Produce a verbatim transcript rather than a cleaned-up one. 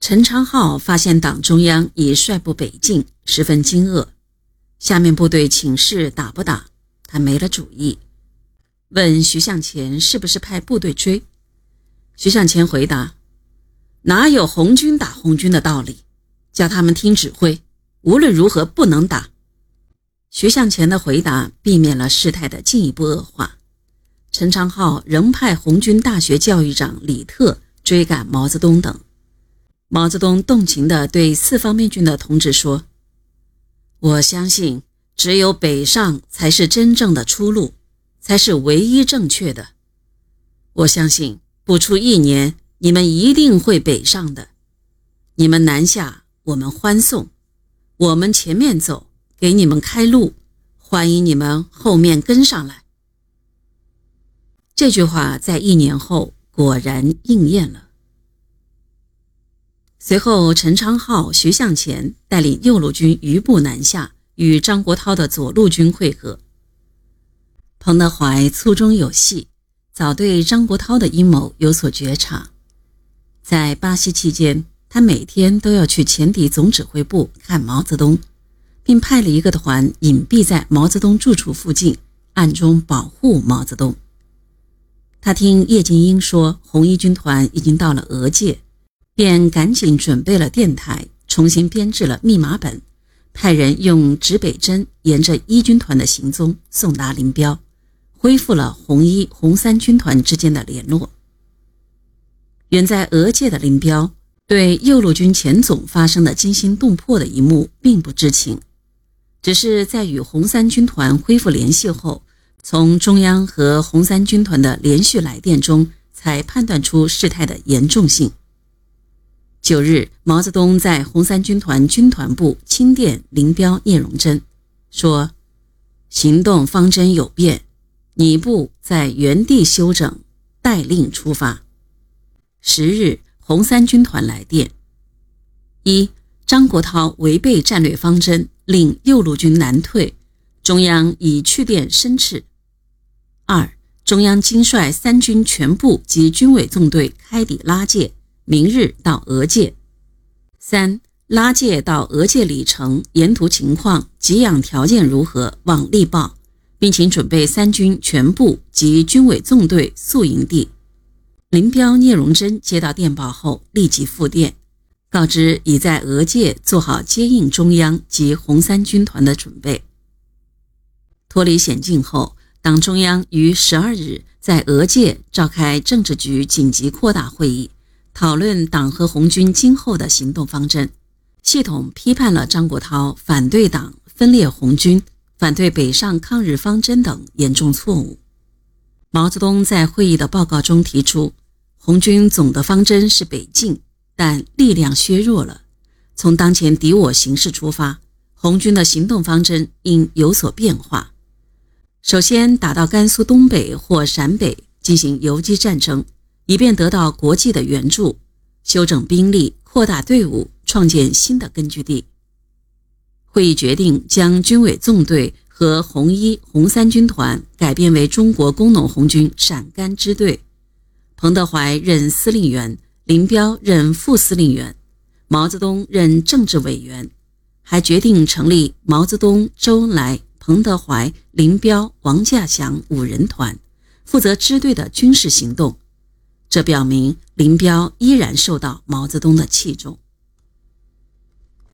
陈昌浩发现党中央已率部北进，十分惊愕。下面部队请示打不打，他没了主意，问徐向前是不是派部队追。徐向前回答，哪有红军打红军的道理，叫他们听指挥，无论如何不能打。徐向前的回答避免了事态的进一步恶化。陈昌浩仍派红军大学教育长李特追赶毛泽东等。毛泽东动情地对四方面军的同志说，我相信只有北上才是真正的出路，才是唯一正确的。我相信不出一年，你们一定会北上的。你们南下，我们欢送，我们前面走，给你们开路，欢迎你们后面跟上来。这句话在一年后果然应验了。随后陈昌浩、徐向前带领右路军余部南下，与张国焘的左路军会合。彭德怀粗中有细，早对张国焘的阴谋有所觉察。在巴西期间，他每天都要去前敌总指挥部看毛泽东，并派了一个团隐蔽在毛泽东住处附近，暗中保护毛泽东。他听叶剑英说红一军团已经到了俄界，便赶紧准备了电台，重新编制了密码本，派人用指北针沿着一军团的行踪送达林彪，恢复了红一、红三军团之间的联络。远在俄界的林彪对右路军前总发生的惊心动魄的一幕并不知情，只是在与红三军团恢复联系后，从中央和红三军团的连续来电中才判断出事态的严重性。九日，毛泽东在红三军团军团部亲电林彪、聂荣臻，说行动方针有变，你部在原地休整，待令出发。十日，红三军团来电：一、张国焘违背战略方针，令右路军南退，中央已去电申斥。二、中央经率三军全部及军委纵队开抵拉界，明日到俄界。三、拉界到俄界里程、沿途情况、给养条件如何，望力报，并请准备三军全部及军委纵队宿营地。林彪、聂荣臻接到电报后立即复电，告知已在俄界做好接应中央及红三军团的准备。脱离险境后，党中央于十二日在俄界召开政治局紧急扩大会议，讨论党和红军今后的行动方针，系统批判了张国焘反对党、分裂红军、反对北上抗日方针等严重错误。毛泽东在会议的报告中提出，红军总的方针是北进，但力量削弱了。从当前敌我形势出发，红军的行动方针应有所变化。首先打到甘肃东北或陕北进行游击战争，以便得到国际的援助，休整兵力，扩大队伍，创建新的根据地。会议决定将军委纵队和红一、红三军团改编为中国工农红军陕甘支队，彭德怀任司令员，林彪任副司令员，毛泽东任政治委员，还决定成立毛泽东、周恩来、彭德怀、林彪、王稼祥五人团，负责支队的军事行动。这表明林彪依然受到毛泽东的器重。